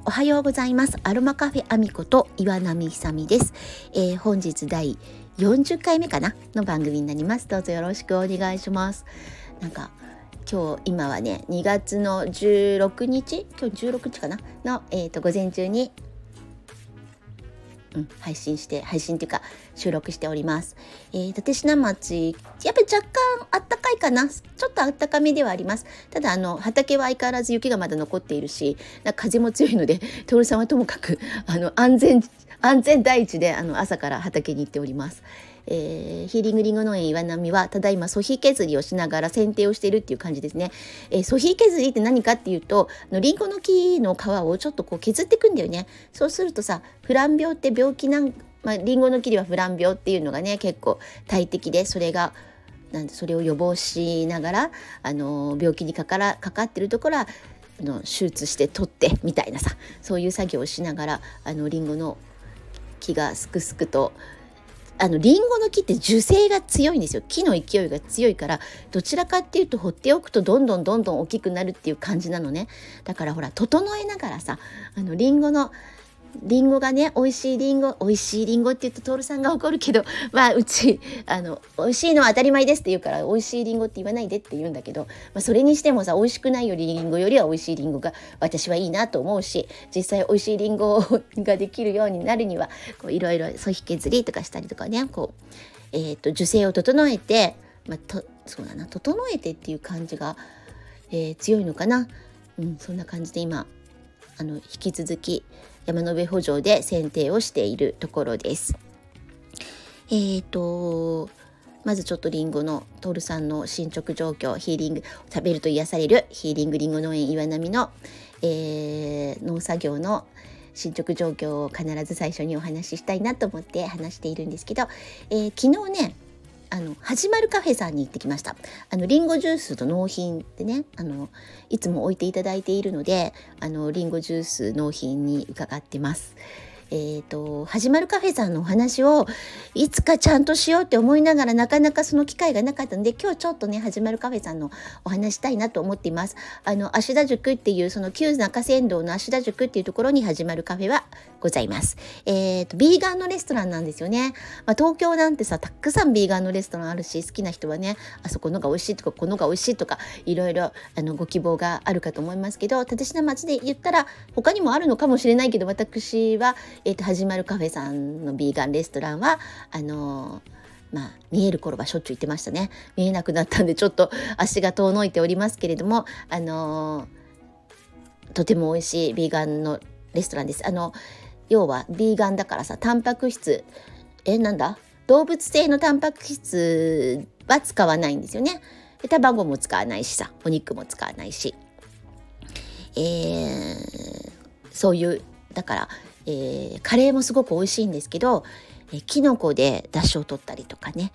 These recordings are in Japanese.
おはようございます。アロマカフェアミコと岩波久美です。本日第40回目かなの番組になります。どうぞよろしくお願いします。今はね2月の16日今日16日かなの、午前中に配信っていうか収録しております。立科町やっぱり若干あったかいかな、ちょっとあったかめではあります。ただ畑は相変わらず雪がまだ残っているし、風も強いので徹さんはともかく安全第一で朝から畑に行っております。ヒーリングリンゴ農園岩波はただいま粗皮削りをしながら剪定をしているっていう感じですね。粗皮削りって何かっていうと、リンゴの木の皮をちょっとこう削っていくんだよね。そうするとさ、フラン病って病気リンゴの木ではフラン病っていうのがね結構大敵で、それを予防しながら病気にかかってるところは手術して取ってみたいなさ、そういう作業をしながらリンゴの木がすくすくとリンゴの木って樹勢が強いんですよ。木の勢いが強いから、どちらかっていうと放っておくとどんどん大きくなるっていう感じなのね。だからほら整えながらさ、リンゴがね美味しいリンゴって言うと徹さんが怒るけど、うち美味しいのは当たり前ですって言うから、美味しいリンゴって言わないでって言うんだけど、それにしてもさ、美味しくないリンゴよりは美味しいリンゴが私はいいなと思うし、実際美味しいリンゴができるようになるにはこういろいろ粗皮削りとかしたりとかね、樹勢を整えて、整えてっていう感じが、強いのかな。そんな感じで今引き続き山の上圃場で剪定をしているところです。まずちょっとリンゴの徹さんの進捗状況、ヒーリング食べると癒されるヒーリングリンゴ農園岩波の、農作業の進捗状況を必ず最初にお話ししたいなと思って話しているんですけど、昨日ね始まるカフェさんに行ってきました。リンゴジュースと納品でねいつも置いていただいているので、リンゴジュース納品に伺ってます。始まるカフェさんのお話をいつかちゃんとしようって思いながら、なかなかその機会がなかったので、今日ちょっとね始まるカフェさんのお話したいなと思っています。芦田宿っていうその旧中山道の芦田宿っていうところに始まるカフェはございます。ビーガンのレストランなんですよね。東京なんてさ、たくさんビーガンのレストランあるし、好きな人はねあそこのが美味しいとかこのが美味しいとかいろいろご希望があるかと思いますけど、立科町で言ったら他にもあるのかもしれないけど、私は始まるカフェさんのビーガンレストランは見える頃はしょっちゅう行ってましたね。見えなくなったんでちょっと足が遠のいておりますけれども、とても美味しいビーガンのレストランです。要はビーガンだからさ、タンパク質動物性のタンパク質は使わないんですよね。で卵も使わないしさ、お肉も使わないし、そういうだからカレーもすごく美味しいんですけど、キノコで出汁を取ったりとかね、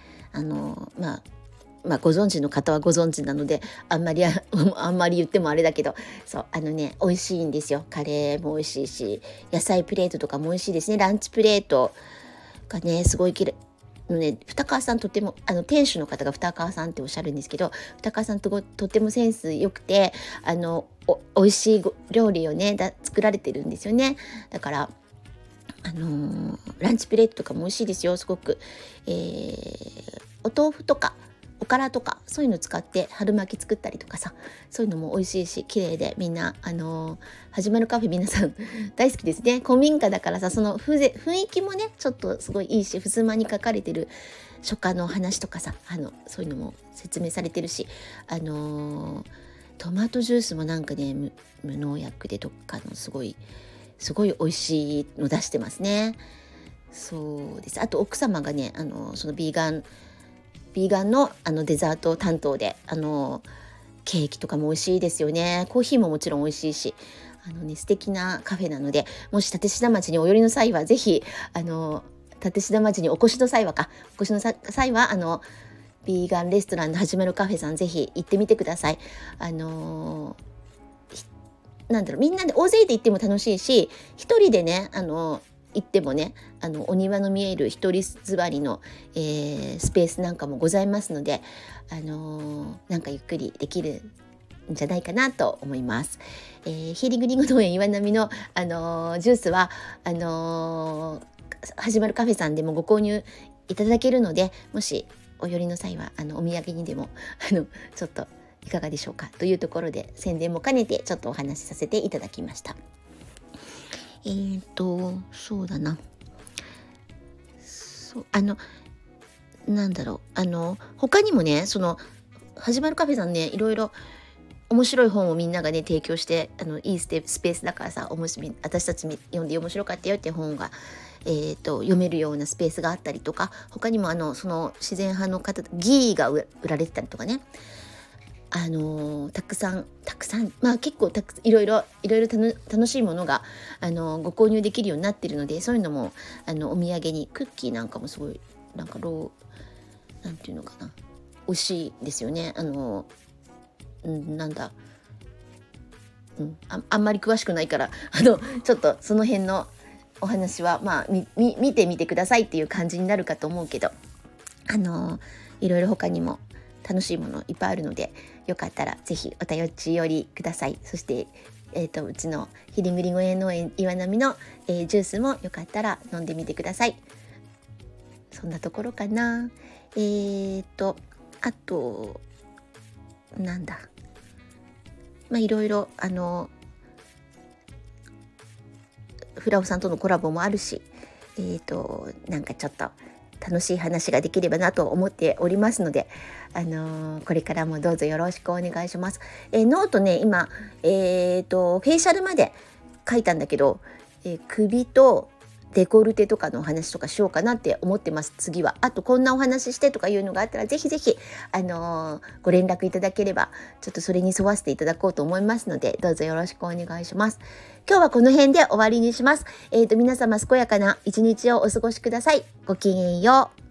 ご存知の方はご存知なのであんまり言ってもあれだけど、そう美味しいんですよ。カレーも美味しいし、野菜プレートとかも美味しいですね。ランチプレートがねすごいきれい二川さんとても店主の方が二川さんっておっしゃるんですけど、二川さんとてもセンス良くて美味しい料理をね作られてるんですよね。だからランチプレートとかも美味しいですよ、すごく。お豆腐とかおからとかそういうの使って春巻き作ったりとかさ、そういうのも美味しいし綺麗で、みんな始まるカフェ皆さん大好きですね。古民家だからさ、その雰囲気もねちょっとすごいいいし、襖に書かれてる書家の話とかさそういうのも説明されてるし、トマトジュースもなんかね無農薬でどっかのすごい美味しいの出してますね。そうです。あと奥様がねそのビーガンのデザート担当でケーキとかも美味しいですよね。コーヒーももちろん美味しいし素敵なカフェなので、もし立科町にお寄りの際はぜひ立科町にお越しの際はビーガンレストランの始まるカフェさんぜひ行ってみてください。みんなで大勢で行っても楽しいし、一人でね行ってもねお庭の見える一人座りの、スペースなんかもございますので、なんかゆっくりできるんじゃないかなと思います。ヒーリングリンゴ農園岩波の、ジュースは始まるカフェさんでもご購入いただけるので、もしお寄りの際はお土産にでもちょっといかがでしょうかというところで、宣伝も兼ねてちょっとお話しさせていただきました。そうだな、なんだろう、他にもね、始まるカフェさんね、いろいろ面白い本をみんながね提供して、いいスペースだからさ、私たち読んで面白かったよっていう本が、読めるようなスペースがあったりとか、他にもその自然派の方ギーが売られてたりとかね、たくさん、まあ結構いろいろ楽しいものがご購入できるようになっているので、そういうのもお土産に、クッキーなんかもすごいなんていうのかな、美味しいですよね。あんまり詳しくないからちょっとその辺のお話はまあ見てみてくださいっていう感じになるかと思うけど、いろいろ他にも楽しいものいっぱいあるので、よかったらぜひお便り寄りください。そして、うちのヒーリングリンゴ園農園岩波の、ジュースもよかったら飲んでみてください。そんなところかな。あとなんだ、まあいろいろフラオさんとのコラボもあるし、なんかちょっと楽しい話ができればなと思っておりますので、これからもどうぞよろしくお願いします。ノートね、今フェイシャルまで書いたんだけど、首とデコルテとかのお話とかしようかなって思ってます。次はあとこんなお話してとかいうのがあったら、ぜひぜひご連絡いただければ、ちょっとそれに沿わせていただこうと思いますので、どうぞよろしくお願いします。今日はこの辺で終わりにします。皆様健やかな一日をお過ごしください。ごきげんよう。